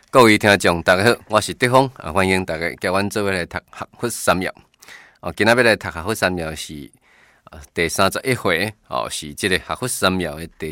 各位听众，大家好，我是德峰欢迎大家交阮做伙来读学佛三要。今仔要来读学佛三要是第31回是这个学佛三要的第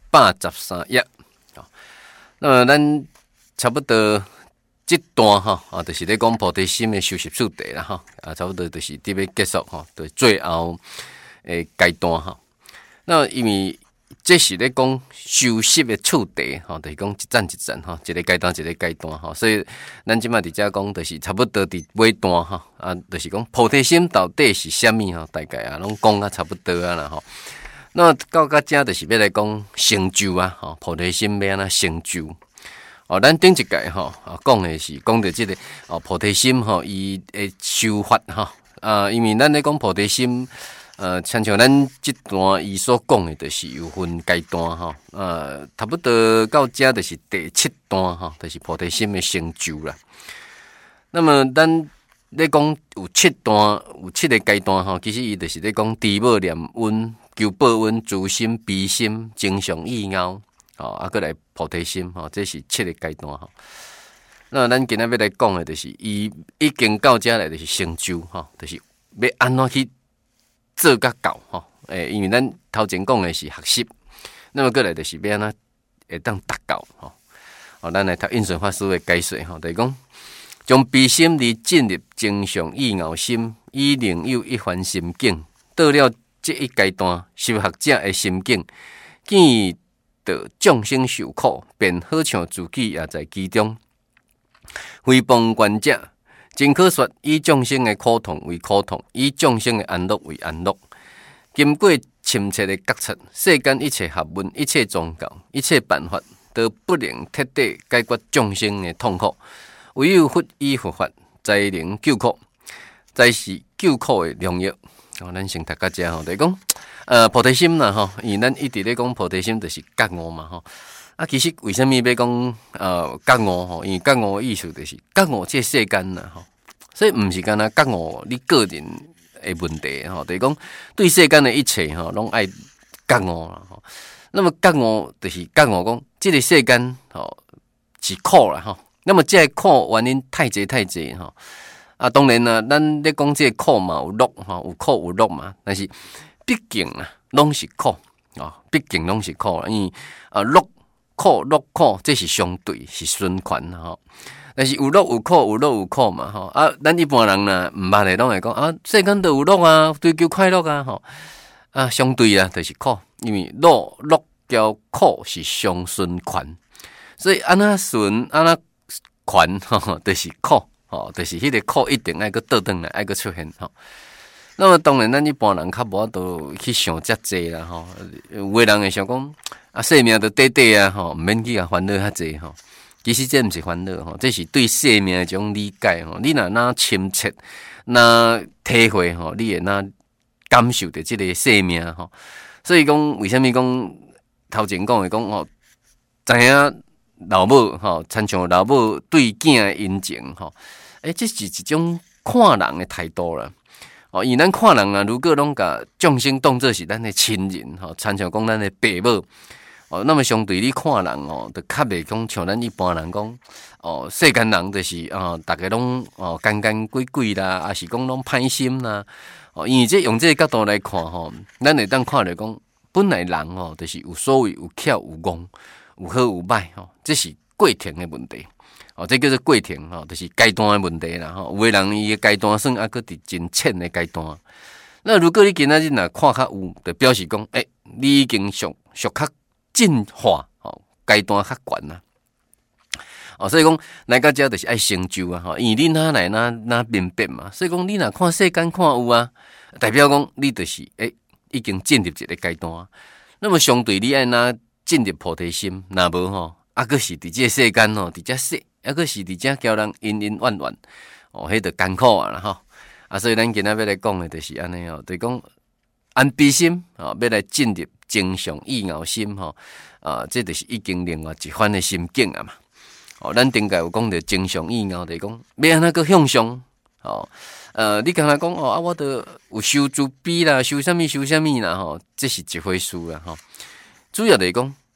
113页。那么咱差不多这段就是咧讲菩提心的修习次第啦差不多就是伫要结束就最后的阶段那因为这是咧讲修习的次第就是讲一站一站一个阶段一个阶段所以咱即马伫遮讲就是差不多伫尾段就是讲菩提心到底是啥物大概拢讲啊差不多啦那到遮就是要来讲成就菩提心要安怎成就咱顶一届讲的是讲到这个菩提心伊的修法因为咱咧讲菩提心像咱这段伊所讲的，就是有分阶段差不多到遮就是第7段就是菩提心的成就啦。那么咱咧讲有7段，有7个阶段其实伊就是咧讲知宝念恩、求报恩、自心、悲心、正常意傲过来菩提心这是7个阶段那咱今仔要来讲的，就是伊已经到遮来，就是成就就是要安怎去做甲到因为咱头前讲的是学习，那么过来就是要安怎会当达到咱来读印顺法师的解说就是讲将悲心离进入正常意傲心，以另有一番心境。到了这一阶段，修学者的心境见到众生受苦，便好像自己也在其中。非旁观者，真可说以众生的苦痛为苦痛，以众生的安乐为安乐。经过深切的觉察，世间一切学问、一切宗教、一切办法，都不能彻底解决众生的痛苦。唯有佛依佛法，才能救苦，才是救苦的良药。咱先读到这就是讲菩提心啦因为咱一直咧讲菩提心就是觉悟嘛其实为什么要讲觉悟因为觉悟的意思就是觉悟这世间啦所以不是干那觉悟你个人的问题就是讲对世间的一切拢爱觉悟啦那么觉悟就是觉悟讲这个世间是苦啦那么这个苦原因太济当然啦咱咧讲这个苦嘛有乐有苦有乐嘛但是毕竟拢是苦毕竟拢是苦因为乐苦乐苦这是相对是循环但是有乐有苦有乐有苦嘛咱一般人呢毋捌的拢会讲世间都有乐追求快乐相对就是苦因为乐交苦是相循环所以安那顺安那环就是苦就是迄个苦一定爱个倒转来爱个出现那么当然咱一般人较无法度去想遮济啦有的人会想讲生命就短短毋免去烦恼遐济其实这毋是烦恼这是对生命的一种理解你若深切体会你会感受到这个生命所以讲为什么讲头前讲的讲知影老母亲像老母对囝的殷情这是一种看人的态度啦因为咱看人如果拢甲众生当作是咱的亲人亲像讲咱的爸母那么相对你看人就较袂讲像咱一般人讲世间人就是大家拢干干鬼鬼啦，还是讲拢歹心啦因为用这个角度来看咱会当看着讲本来人就是有所谓有巧有戆有好有歹这是过程的问题这叫做过程就是阶段的问题啦有的人伊的阶段算还佫伫真浅的阶段那如果你今仔日若看较有就表示讲你已经属较进化阶段较悬啦所以讲来到这就是爱成就因为你哪来哪明白嘛所以讲你若看世间看有代表讲你就是已经进入一个阶段那么相对你爱进入菩提心若无佫是伫这世间伫遮说佫是伫遮叫人恩恩怨怨迄就艰苦啦所以咱今仔要来讲的就是安尼就是讲安悲心要来进入正常意傲心这就是已经另外一番的心境嘛咱顶个有讲到正常意傲就是讲要安怎个向上你刚才讲我都有修慈悲啦修什么啦这是一回事啦主要就是讲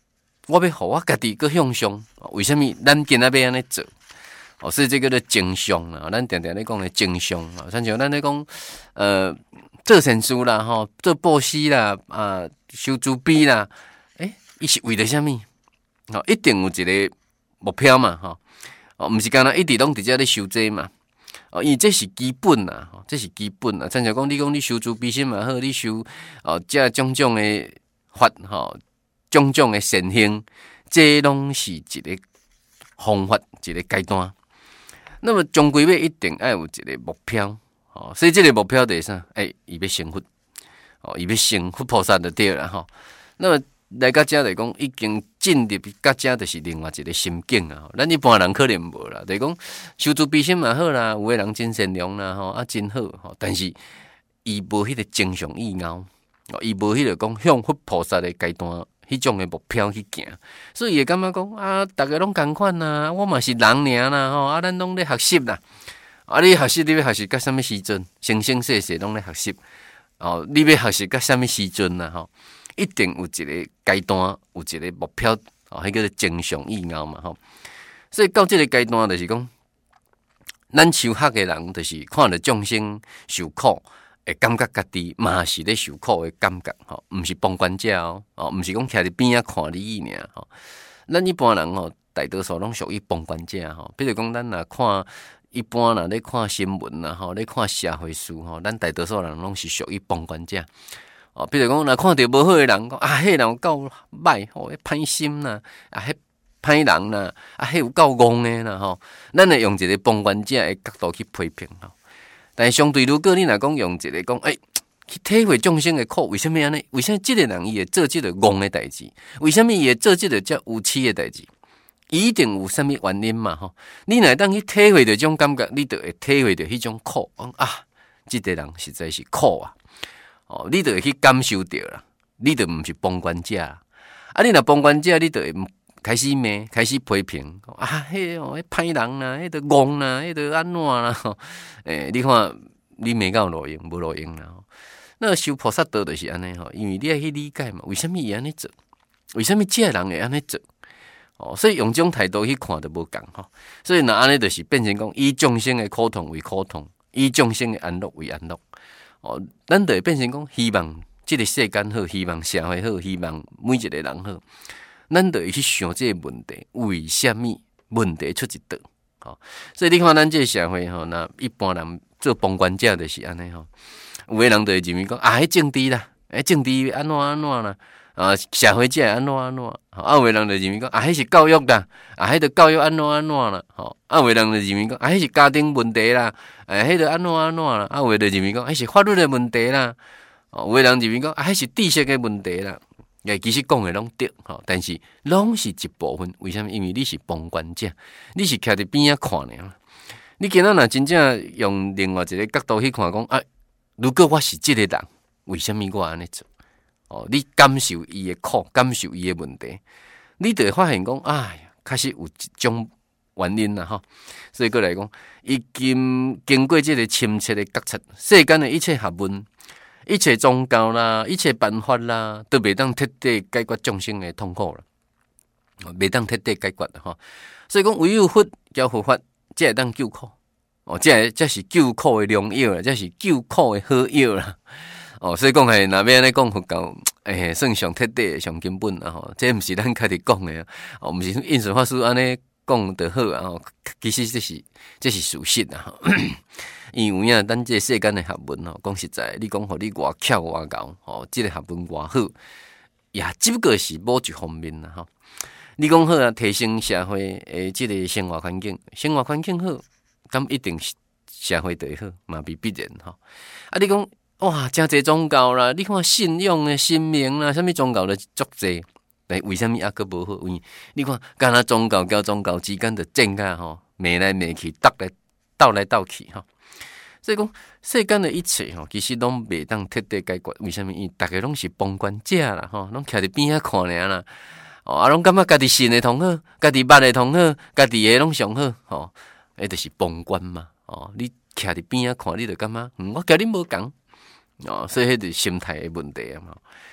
我要互我家己搁向上，为什么咱今仔要安尼做？所以这个叫做正向啦，咱常常咧讲的正向啊，像咱咧讲做善事啦，做布施啦，修慈悲啦，伊是为了什么？一定有一个目标嘛，毋是干那一直拢伫遮咧修这嘛，因为这是基本啦，这是基本啦。像讲你修慈悲心嘛好，你修这种种的法，种种的善行，这拢是一个方法，一个阶段。那么终归尾一定要有一个目标，所以这个目标就是啥？伊要成佛，伊要成佛菩萨就对了那么来到遮来讲，已经进入到遮就是另外一个心境啊。咱一般人可能无啦，就是讲修慈悲心嘛好啦，有个人真善良啦，真好但是伊无迄个正常意愿，伊无迄个讲向佛菩萨的阶段。迄种的目标去行，所以会感觉讲大家拢共款啦，我嘛是人尔啦，咱拢咧学习啦，你学习你要学习到什么时阵？生生世世拢咧学习，你要学习到什么时阵啦？一定有一个阶段，有一个目标，迄叫做正常意愿嘛，所以到这个阶段就是讲，咱修学的人就是看着众生受苦。会感觉家己嘛是咧受苦的感觉，毋是旁观者毋是讲徛伫边仔看你尔咱一般人大多数拢属于旁观者比如讲，咱若看一般啦，咧看新闻啦，咧看社会事咱大多数人拢是属于旁观者比如讲，若看到无好的人讲迄人够歹歹心啦，迄歹人啦，迄有够戆的啦咱会用一个旁观者的角度去批评但是相对，如果你若讲用一个讲，去体会众生的苦，为什么安尼？为什么这个人伊会做这个戆的代志？为什么伊会做这个遮无耻的代志？一定有什么原因嘛？你若当去体会到这种感觉，你就会体会到迄种苦这个人实在是苦你就会去感受到啦，你就毋是旁观者你若旁观者，你就会开始骂，开始批评迄歹人啦，迄个戆啦，迄个安怎啦？你看你骂到路用，无路用啦。那修菩萨道就是安尼因为你要去理解嘛，为什么伊安尼做？为什么这人会安尼做？所以用这种态度去看就无共所以那安尼就是变成讲，以众生的苦痛为苦痛，以众生的安乐为安乐。咱就会变成讲，希望这个世间好，希望社会好，希望每一个人好。咱就会去想这个问题，为什么问题出一道？所以你看咱这个社会那一般人做旁观者就是安尼有个人就会认为讲迄政治啦，政治安怎啦，社会这安怎有个人就认为讲迄是教育啦，迄个教育安怎啦，有个人就认为讲迄是家庭问题啦，迄个安怎啦，有个就认为讲迄是法律的问题啦，有个人认为讲迄是知识的问题啦。其实讲的拢对但是拢是一部分。为什么？因为你是旁观者，你是徛伫边仔看尔。你今仔若真正用另外一个角度去看，讲如果我是这个人，为什么我安尼做？你感受伊的苦，感受伊的问题，你就会发现讲，确实有一种原因啦所以过来讲，已经经过这个深切的觉察，世间的一切学问。一切宗教啦，一切办法啦，都袂当彻底解决众生的痛苦啦，袂当彻底解决所以讲，唯有佛交佛法，才会当救苦这是救苦的良药啦，这是救苦的好药啦所以讲若要安尼讲佛教，算上彻底、上根本啦这毋是咱家己讲的毋是印顺法师安尼讲就好其实这是事实因为有影，咱这世间的学问讲实在，你讲互你偌巧偌高这个学问偌好，也只不过是某一方面啦你讲好提升社会的这个生活环境，生活环境好，咁一定是社会就会好，嘛必然你讲真侪宗教啦，你看信仰的神明啦，什么宗教的足侪，但为什么还佫无好？因为你看，干那宗教交宗教之间就争甲骂来骂去，斗来斗去所以讲，世间的一切其实拢袂当彻底解决。为什么？因为大家拢是旁观者啦拢徛伫边仔看尔啦拢感觉家己信的同好，家己捌的同好，家己的拢上好就是旁观嘛你徛伫边仔看，你就感觉我甲你无共所以迄是心态的问题嘛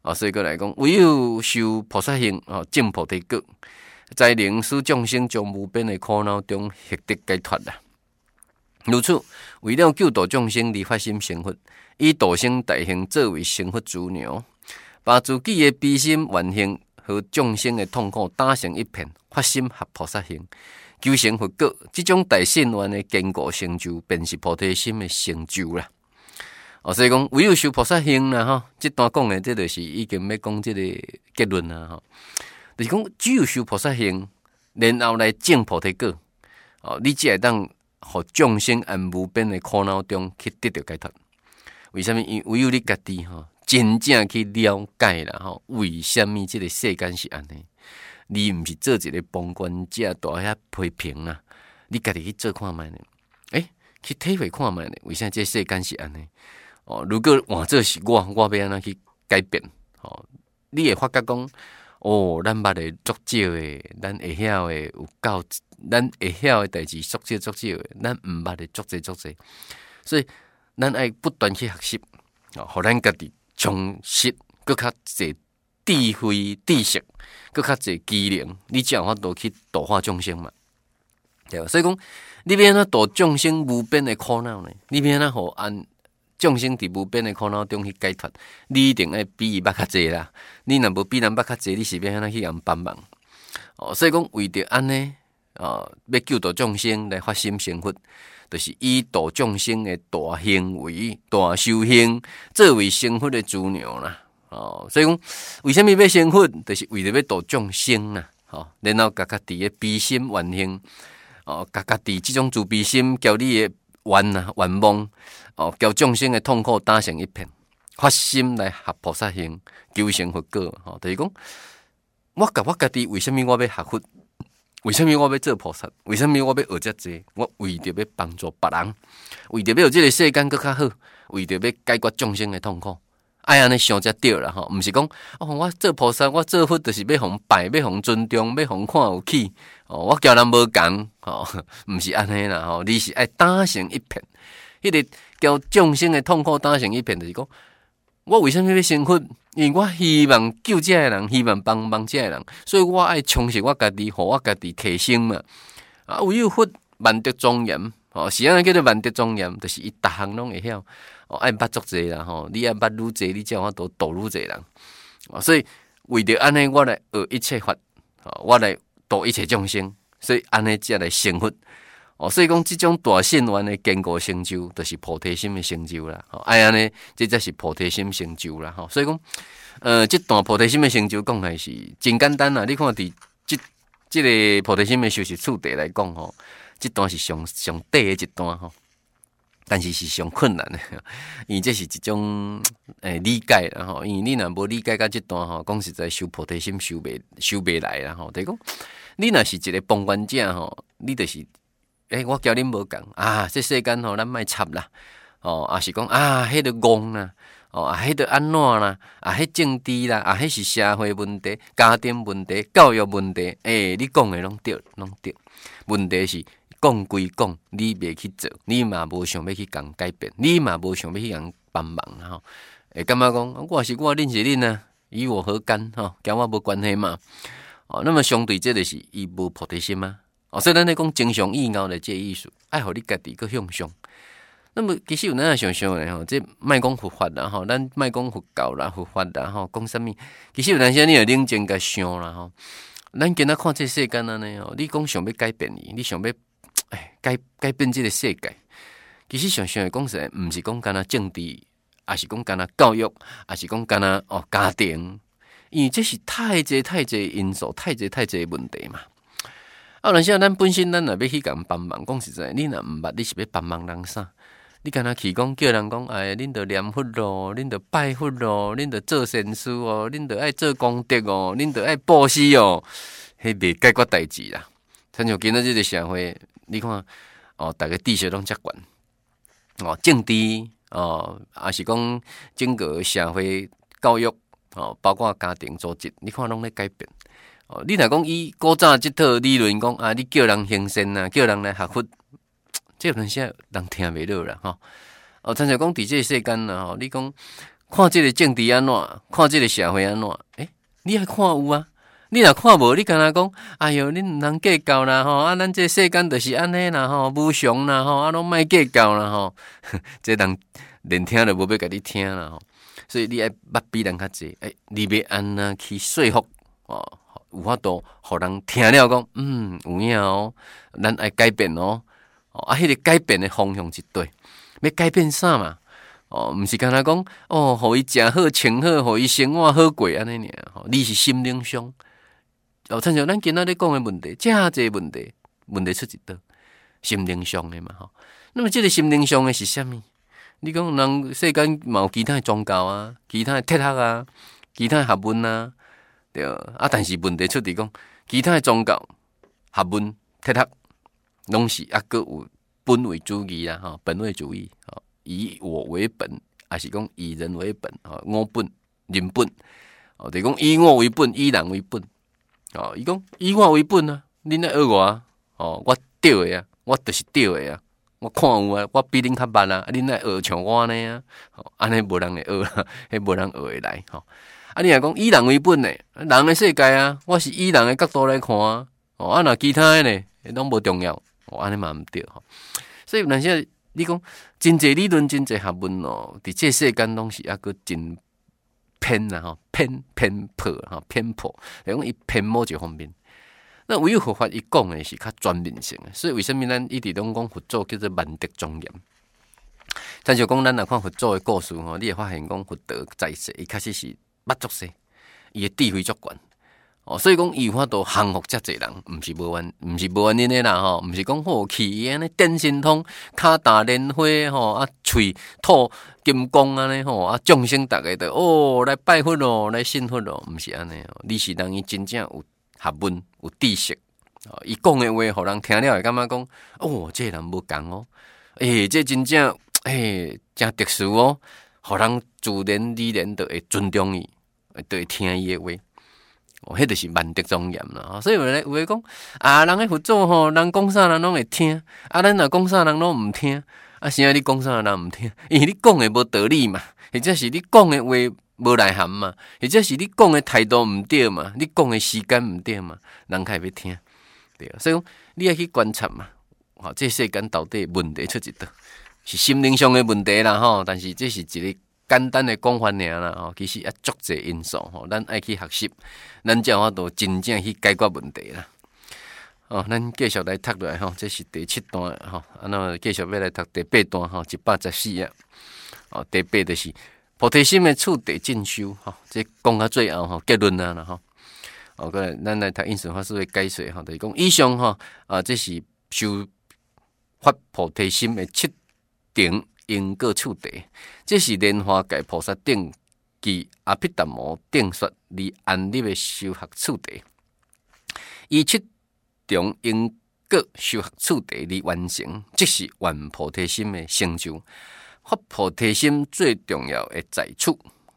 所以过来讲，唯有修菩萨行，证菩提果，才能使众生从无边的苦恼中获得解脱啦。如此，为了救度众生而发心成佛，以度生大行作为成佛之牛，把自己的悲心愿行和众生的痛苦打成一片，发心合菩萨行，求成佛果。这种大信愿的坚固成就，便是菩提心的成就啦。所以讲，唯有修菩萨行啦，这段讲的，这就是已经要讲这个结论啦，就是讲，只有修菩萨行，然后来证菩提果，你才会当互众生安无边的苦恼中去得到解脱。为什么？因唯有你家己真正去了解啦，为什么这个世间是安尼？你毋是做一个旁观者，大遐批评啦，你家己去做看卖呢？去体会看卖呢？为啥这世间是安尼？如果换做是我要安怎去改变？你会发觉讲，咱捌的足少的，咱会晓的有够，咱会晓的代志足少，的，咱毋捌的足侪，所以咱爱不断去学习，互咱家己充实，搁较侪智慧、知识，搁较侪机能，你才有法度去度化众生嘛，对吧？所以讲，你要安怎度众生无边的苦恼呢？你要安怎互安众生伫无边的苦恼中去解脱？你一定要比伊捌较济啦。你若无比人捌较济，你是要安怎去人帮忙？所以讲为着安尼，要救度众生来发心成佛，就是以度众生的大行为、大修行作为成佛的资粮啦。所以讲为什么要成佛？就是为了要度众生啦。然后家己的悲心愿行，家己这种自悲心，叫你的愿望。叫众生的痛苦打成一片，发心来学菩萨行，求成佛果。就是讲，我家己为什么我要学佛？为什么我要做菩萨？为什么我要学遮济？我为着要帮助别人，为着要有这个世间更较好，为着要解决众生的痛苦。爱安尼想才对啦，毋是讲我做菩萨，我做佛就是要互拜，要互尊重，要互看有起。我叫人无共，毋是安尼啦。你是爱打成一片。迄个叫众生的痛苦打成一片，就是讲，我为什么要成佛？因为我希望救这个人，希望帮忙这个人，所以我爱充实我家己，互我家己提升嘛。唯有佛万德庄严，是安尼叫做万德庄严，就是伊逐项拢会晓，爱捌足济啦，你爱捌愈济，你才有法度度愈济人。所以为着安尼，我来学一切法，我来度一切众生，所以安尼才来成佛。所以讲，这种大信愿的坚固成就，就是菩提心的成就啦。安尼，这才是菩提心成就啦。所以讲，这段菩提心的成就讲来是真简单啦。你看伫这个菩提心的修习处地来讲，这段是上底的一段但是是上困难的，因为这是一种理解啦。因为你若无理解到这段讲实在修菩提心修不来啦。就是讲，你若是一个旁观者你就是。我教恁无共这世间咱莫插啦，也是讲迄个戆啦，迄个安怎啦，迄政治啦，迄是社会问题、家庭问题、教育问题，你讲的拢对。问题是讲归讲，你袂去做，你嘛无想要去共改变，你嘛无想要去共帮忙会感觉讲我是我，恁是恁啊，与我何干跟我无关系嘛。那么相对这就是伊无菩提心啊。所以咱咧讲正常意拗的这意思，爱互你家己去向上。那么其实有咱也想想咧这莫讲佛法啦咱莫讲佛教啦、佛法啦讲啥物？其实有阵时你要认真甲想啦咱今仔看这世间安尼你讲想要改变你想要改变这个世界，其实想想讲实在，毋是讲干那政治，也是讲干那教育，也是讲干那家庭，因为这是太济因素，太济问题嘛。有阵时咱本身咱若要去甲人帮忙，讲实在，你若毋捌你是要帮忙人啥？你敢若去讲叫人讲，恁着念佛咯，恁着拜佛咯，恁着做善事哦，恁着爱做功德哦，恁着爱布施哦，迄袂解决代志啦。像今仔日个社会，你看大家知识拢遮悬政治也是讲整个社会教育包括家庭组织，你看拢咧改变。你若讲以古早即套理论讲你叫人行善啊，叫人来学佛，这有阵时人听袂落啦像讲伫这世间你讲看即个政治安怎，看即个社会安怎，你还看有啊？你若看无，你敢若讲，哎哟，恁毋通计较啦吼，啊，咱这世间就是安尼啦吼，无常啦吼，啊，拢莫计较啦吼，这人连听都无要甲你听啦吼，所以你爱捌比人较济，你要安那去说服哦，有法度互人听了讲，有影哦，咱爱改变哦，迄个改变的方向是对，要改变啥嘛？毋是干那讲互伊食好、穿好，互伊生活好过安尼尔，你是心灵上。亲像咱今仔日讲的问题，遮侪问题，问题出一倒，心灵上的嘛吼。那么这个心灵上的是啥物？你讲人世间嘛有其他的宗教啊，其他的哲学啊，其他的学问啊，对啊。但是问题出伫讲，其他的宗教、学问、哲学，拢是各有本位主义啦，吼，本位主义，以我为本，还是讲以人为本，我本人本，就是讲以我为本，以人为本。伊讲以我为本啊，恁来学我啊，我对的啊，我就是对的啊，我看有啊，我比恁较捌啊，恁来学像我安尼啊，安尼无人会学啦，迄无人学会来吼。你若讲以人为本诶，人的世界啊，我是以人的角度来看啊，若其他的呢，拢无重要，安尼嘛毋对吼。所以有阵时你讲真济理论、真济学问伫这世间拢是个真。偏啦吼，偏颇，讲伊偏某一方面。那唯有佛法伊讲的是较全面性的，所以为什么咱一直拢讲佛祖叫做万德庄严？但是讲咱来看佛祖的故事吼，你会发现讲佛陀在世，伊确实是捌足世，伊的智慧足悬。所以讲伊有法度降服遮侪人，毋是无原因的啦吼，毋是讲去安尼电信通骹打莲花吼，喙吐金光安尼吼，众生逐个都来拜佛咯，来信佛咯，毋是安尼哦。你是人伊真正有学问有知识，伊讲的话，互人听了会感觉讲，这人无共哦，这真正真特殊哦，互人自然而然就会尊重伊，就会听伊的话。迄就是万德庄严啦，所以有人讲人迄佛祖吼，人讲啥人拢会听，咱若讲啥人拢毋听，啥你讲啥人毋听？因为你讲的无道理嘛，或者是你讲的话无内涵嘛，或者是你讲的态度毋对嘛，你讲的时间毋对嘛，人开要听，对啊。所以讲你要去观察嘛，这世间到底问题出一倒，是心灵上的问题啦吼，但是这是一个。简单的讲法尔啦，其实足侪因素吼，咱爱去学习，咱才有法度真正去解决问题啦。咱继续来读落来吼，这是第7段吼，那继续要来读第8段吼，114啊。第8就是菩提心的处地进修吼，这讲到最后吼结论啦吼。过来咱来读印顺法师的解说吼，就是讲以上吼这是修发菩提心的7顶。因果处地，这是莲花界菩萨顶其阿毗达摩定说而安立的修学处地，以7种因果修学处地而完成，即是圆菩提心的成就。发菩提心最重要的在处，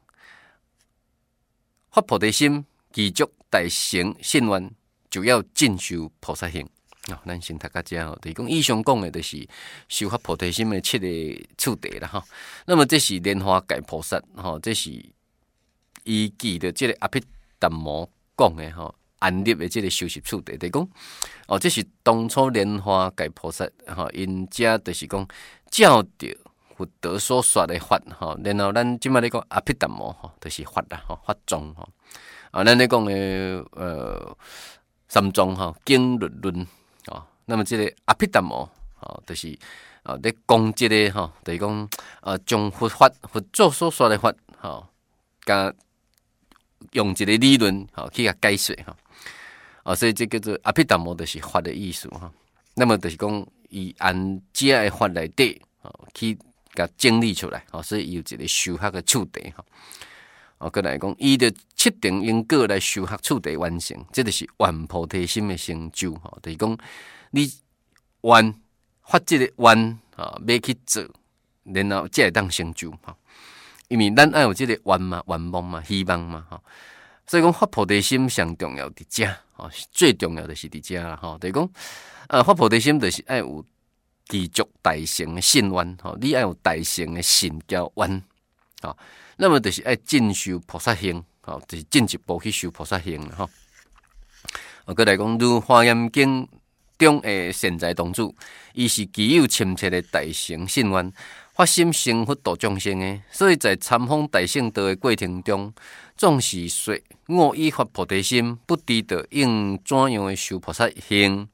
发菩提心具足大成信愿，就要进修菩萨行。咱先读到这吼，就是讲以上讲的，就是修发菩提心的7个处地啦吼。那么这是莲花界菩萨吼，这是依据着这个阿毗达摩讲的吼，安立的这个修习处地，就是讲这是当初莲花界菩萨吼，因遮就是讲照着佛陀所说的法吼，然后咱即摆咧讲阿毗达摩吼，就是法啦吼，法宗吼。咱咧讲的三宗吼，经律论。那么这个阿毗达摩就是咧讲这个吼，就是讲将佛祖所说的法甲用一个理论去甲解释所以这叫做阿毗达摩，就是法的意思那么就是讲以按这的法内底去甲整理出来所以有一个修学的处地过来讲，以着7种因果来修学处地完成，这就是圆菩提心的成就就是讲。你愿发这个愿要去做，然后才会当成就因为咱爱有这个愿嘛、愿望嘛、希望嘛所以讲发菩提心上重要伫遮最重要的是伫遮啦就是讲发菩提心就是爱有具足大成的信愿你爱有大成的信交愿那么就是爱进修菩萨行，就是进一步去修菩萨行啦搁来讲，如《华严经》中的善财童子，伊是具有深切的大乘信愿，发心成佛度众生的，所以在参访大圣道的过程中，总是说我依发菩提心，不知道应怎样的修菩萨行。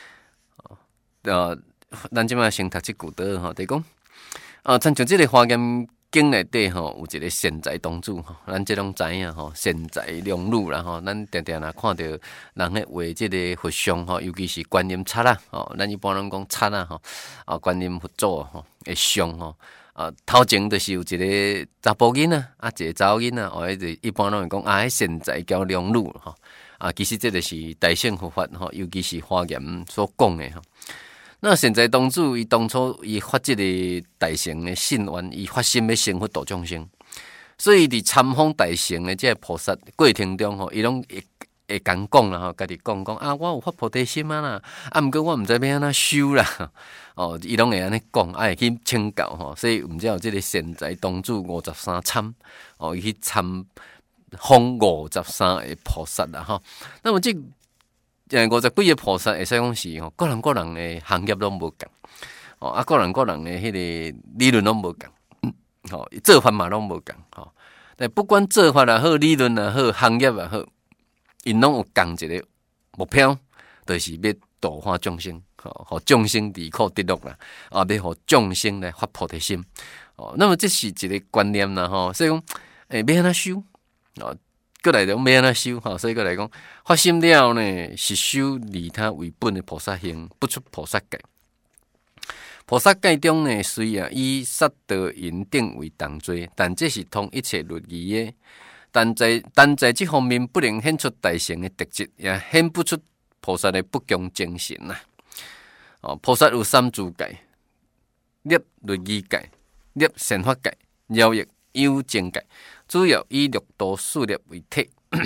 咱即摆先读即句道就是讲，参像即个《华严经》内底有一个善财童子咱即拢知影善财良女啦咱常常若看到人咧画即个佛像尤其是观音刹啦咱一般拢讲刹啦观音佛祖的像头前就是有一个查甫囡仔一个查某囡仔或者一般拢会讲迄善财交良女其实这就是大乘佛法尤其是华严所讲的那善财童子伊当初伊发即个大乘的信愿，伊发心要成佛度众生，所以伫参访大乘的即个菩萨过程中伊拢会讲啦家己讲我有发菩提心啦，毋过我毋知要安怎修啦伊拢会安尼讲，会去请教所以毋知有即个善财童子53参伊去参访53个菩萨啦那么即50几个菩萨会使讲是各人各人的行业拢无共各人各人的迄个理论拢无共做法嘛拢无共但不管做法也好，理论也好，行业也好，因拢有共一个目标，就是要度化众生互众生离苦得乐啦要互众生来发菩提心那么这是一个观念啦所以讲要安怎修过来讲要安怎修所以过来讲发心了呢，是修利他为本的菩萨行，不出菩萨界。菩萨界中呢，虽然以杀盗淫等为重罪，但这是通一切律仪的。但在这方面不能显出大乘的特质，也显不出菩萨的不共精神啦。菩萨有三自界：立律仪界、立善法界、了亦有情界。主要以六道四业为体，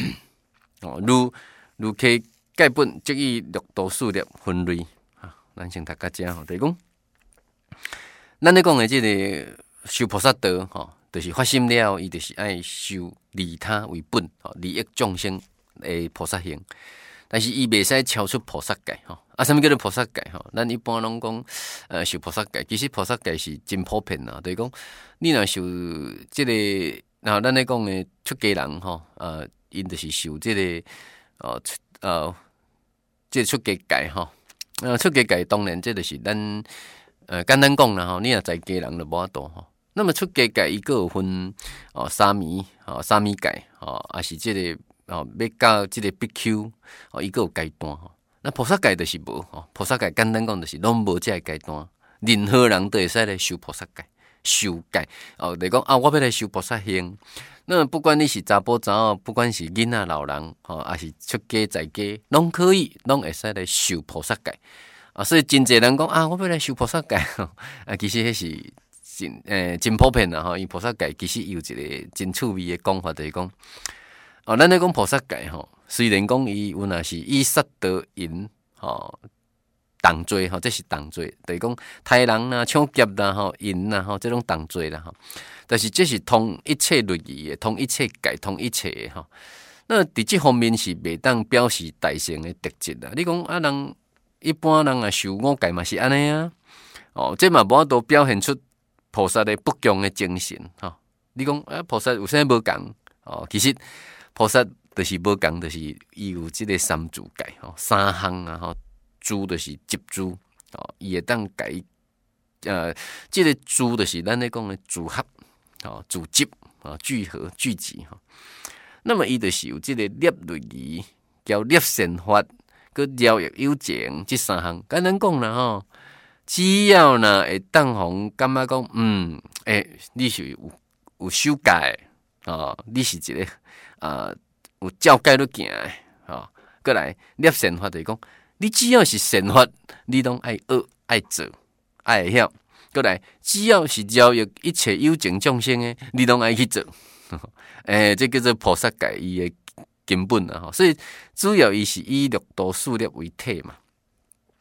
如其界本即以六道四业分类。咱先读到这就是讲，咱咧讲的这个修菩萨道就是发心了，伊就是爱修利他为本，利益众生的菩萨行。但是伊袂使超出菩萨界什么叫做菩萨界咱一般拢讲修菩萨界，其实菩萨界是真普遍就是讲你若修这个。然后咱咧讲的出家人因就是受这个这个出家界出家界当然这就是咱简单讲啦你若在家人就无法度那么出家界伊个有分沙弥界还是这个要到这个比丘伊个有阶段那菩萨界就是无菩萨界简单讲就是拢无这个阶段，任何人都会使来修菩萨界。修戒来讲我要来修菩萨行。那不管你是查甫查某，不管是囡仔老人还是出家在家，拢可以，拢会使来修菩萨戒所以真侪人讲我要来修菩萨戒其实迄是真普遍啦因菩萨戒其实有一个真趣味的讲法，就是讲咱咧讲菩萨戒虽然讲伊有若是以杀盗淫重罪这是重罪，就是讲杀人啦、抢劫啦、淫啦这种重罪啦但是这是通一切律仪的，通一切戒，通一切的那伫这方面是袂当表示大乘的特质啦。你讲人一般人受五戒嘛是安尼这嘛无法度表现出菩萨的不共的精神你讲菩萨有啥无共其实菩萨就是无共，就是伊有这个三自戒三项诸就是集诸伊会当改这个诸就是咱咧讲的组合组集聚合聚集那么伊就是有这个立律仪叫立善法佮了亦有情这三项简单讲啦只要呢会当互感觉讲你是有修戒你是一个有照戒律行的过来立善法就是讲你只要是善法，你拢爱学、爱做、爱会晓。过来，只要是教育一切有情众生的，你拢爱去做。这叫做菩萨戒伊的根本所以主要伊是以六道四业为体嘛。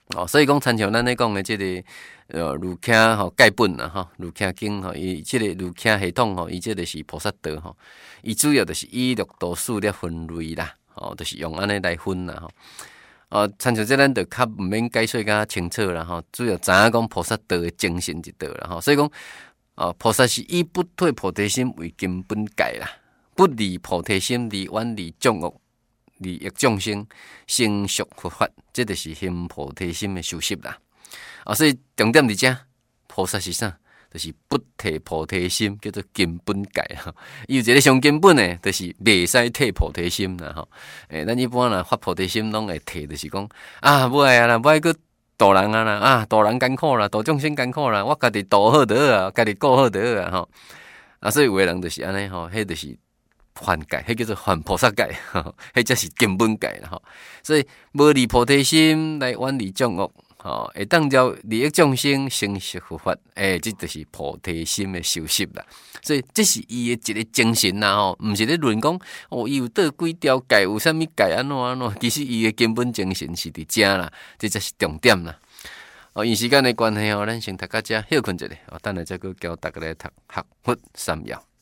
所以讲参照咱咧讲的即个儒家戒本啦儒家经伊即个儒家系统伊即个是菩萨道伊主要就是以六度四粒分类啦，就是用安尼来分啦参照这咱就较毋免解说较清楚啦主要知影讲菩萨道的精神一道啦所以讲菩萨是以不退菩提心为根本戒啦，不离菩提心，离远离众恶，利益众生，成熟佛法，这就是行菩提心的修习啦。所以重点伫遮，菩萨是啥？就是不退菩提心，叫做根本戒伊有一个上根本的，就是袂使退菩提心啦咱一般发菩提心拢会退，就是讲不爱啦，不爱去度人啦度人艰苦啦，度众生艰苦啦，我家己度好就好家己顾好就好所以有的人就是安尼迄就是犯戒，迄叫做犯菩萨戒迄才是根本戒啦所以无离菩提心来远离众恶会当照利益众生，成熟佛法这就是菩提心的修习啦。所以这是伊的一个精神啦毋是咧论讲伊有倒几条戒，有啥物戒安怎，其实伊的根本精神是伫遮啦，这才是重点啦。因时间的关系咱先读到遮，休困一下等下再去教大家来读学佛三要。